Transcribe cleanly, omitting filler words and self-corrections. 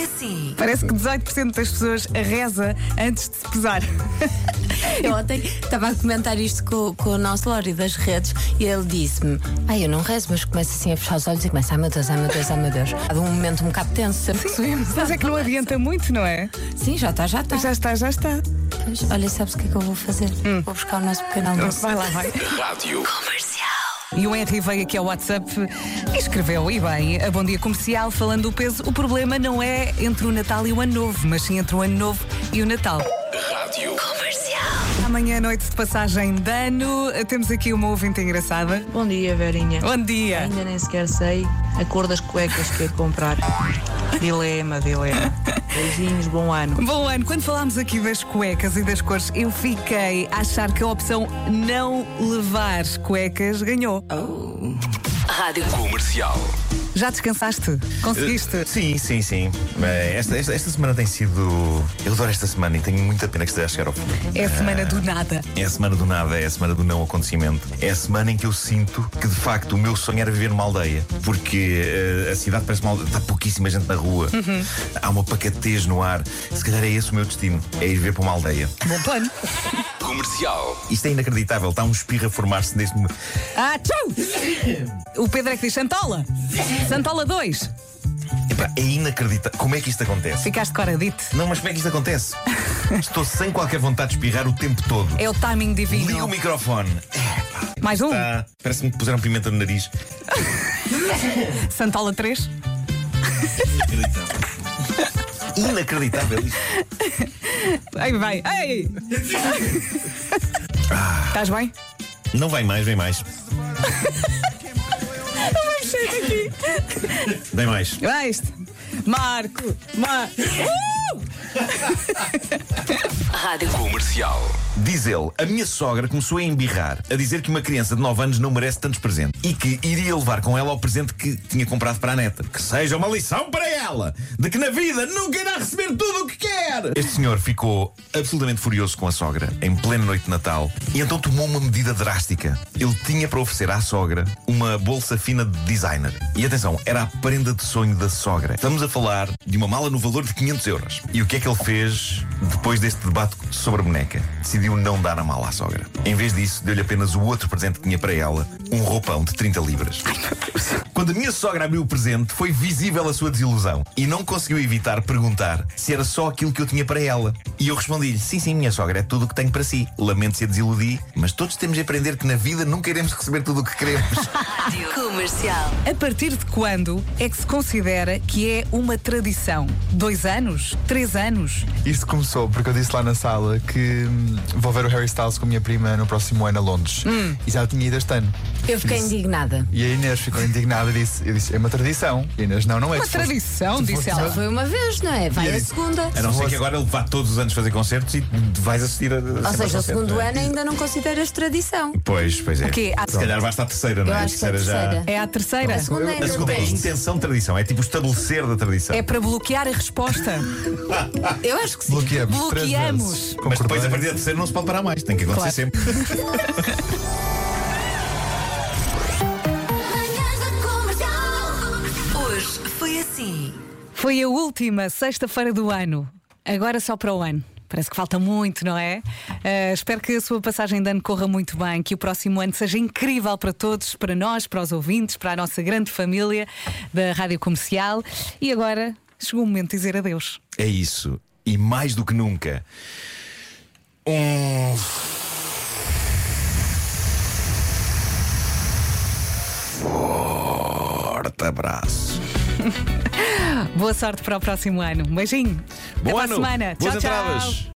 assim. Parece que 18% das pessoas reza antes de se pesar. Eu ontem estava a comentar isto com o nosso Lori das redes e ele disse-me: eu não rezo, mas começo assim a fechar os olhos e começa, ai meu Deus, ai meu Deus, ai meu Deus. Há de um momento um bocado tenso, sempre que subimos. Mas é que não adianta muito, não é? Sim, já está. Já está. Pois, olha, sabes o que é que eu vou fazer? Vou buscar o nosso pequeno almoço. Vai lá, vai. Rádio Comercial. E o Henry veio aqui ao WhatsApp e escreveu, e bem, a Bom Dia Comercial, falando do peso. O problema não é entre o Natal e o Ano Novo, mas sim entre o Ano Novo e o Natal. Rádio Comercial. Amanhã, noite de passagem de ano, temos aqui uma ouvinte engraçada. Bom dia, Verinha. Bom dia. Ainda nem sequer sei a cor das cuecas que ia comprar. Dilema. Beijinhos, bom ano. Bom ano. Quando falámos aqui das cuecas e das cores, eu fiquei a achar que a opção não levar cuecas ganhou. Rádio Comercial. Já descansaste? Conseguiste? Sim. Esta semana tem sido. Eu adoro esta semana e tenho muita pena que esteja a chegar ao fim. É a semana do nada. É a semana do nada, é a semana do não acontecimento. É a semana em que eu sinto que de facto o meu sonho era viver numa aldeia. Porque a cidade parece uma aldeia, está pouquíssima gente na rua, há uma pacatez no ar. Se calhar é esse o meu destino, é ir viver para uma aldeia. Bom plano. Comercial. Isto é inacreditável, está um espirro a formar-se neste momento. Tchau! O Pedro é que diz Santola. Santola 2. Epá, é inacreditável. Como é que isto acontece? Ficaste coradito. Não, mas como é que isto acontece? Estou sem qualquer vontade de espirrar o tempo todo. É o timing Liga o divino. microfone. Mais um. Parece-me que puseram pimenta no nariz. Santola 3. Inacreditável isto. Aí vai. Ei! Estás bem? Não vai mais, vem mais. Vem mais. Vais. Marco. Rádio Comercial. Diz ele, a minha sogra começou a embirrar, a dizer que uma criança de 9 anos não merece tantos presentes e que iria levar com ela o presente que tinha comprado para a neta. Que seja uma lição para ela, de que na vida nunca irá receber tudo o que quer. Este senhor ficou absolutamente furioso com a sogra, em plena noite de Natal, e então tomou uma medida drástica. Ele tinha para oferecer à sogra uma bolsa fina de designer. E atenção, era a prenda de sonho da sogra. Estamos a falar de uma mala no valor de 500 euros. E o que é que ele fez depois deste debate sobre a boneca? Decidiu não dar a mala à sogra. Em vez disso, deu-lhe apenas o outro presente que tinha para ela, um roupão de 30 libras. Quando a minha sogra abriu o presente, foi visível a sua desilusão e não conseguiu evitar perguntar se era só aquilo que eu tinha para ela. E eu respondi-lhe, sim, minha sogra, é tudo o que tenho para si. Lamento se a desiludi, mas todos temos de aprender que na vida nunca iremos receber tudo o que queremos. Rádio Comercial. A partir de quando é que se considera que é uma tradição? 2 anos? 3 anos? Isto começou porque eu disse lá na sala que vou ver o Harry Styles com a minha prima no próximo ano a Londres. E já tinha ido este ano. Eu fiquei indignada. E a Inês ficou indignada e eu disse, é uma tradição. E a Inês, não é. Uma tradição, disse ela. Foi uma vez, não é? Vai a segunda. A não ser que agora ele vá todos os anos fazer concertos e vais assistir a. Ou seja, o segundo ano ainda não consideras tradição. Pois é. O quê? Se calhar basta a terceira, não Eu é? acho que a terceira. É a terceira? A segunda A segunda é a intenção de tradição, é tipo estabelecer da tradição. É para bloquear a resposta. Eu acho que sim. Bloqueamos. 3 Bloqueamos. vezes. Mas depois, a Concordei. partir da terceira, não se pode parar mais. Tem que acontecer Claro. sempre. Hoje foi assim. Foi a última sexta-feira do ano. Agora só para o ano. Parece que falta muito, não é? Espero que a sua passagem de ano corra muito bem, que o próximo ano seja incrível para todos, para nós, para os ouvintes, para a nossa grande família da Rádio Comercial. E agora chegou o momento de dizer adeus. É isso. E mais do que nunca, forte abraço. Boa sorte para o próximo ano. Um beijinho. Bom Até ano. para a semana. Boas Tchau, tchau. entradas.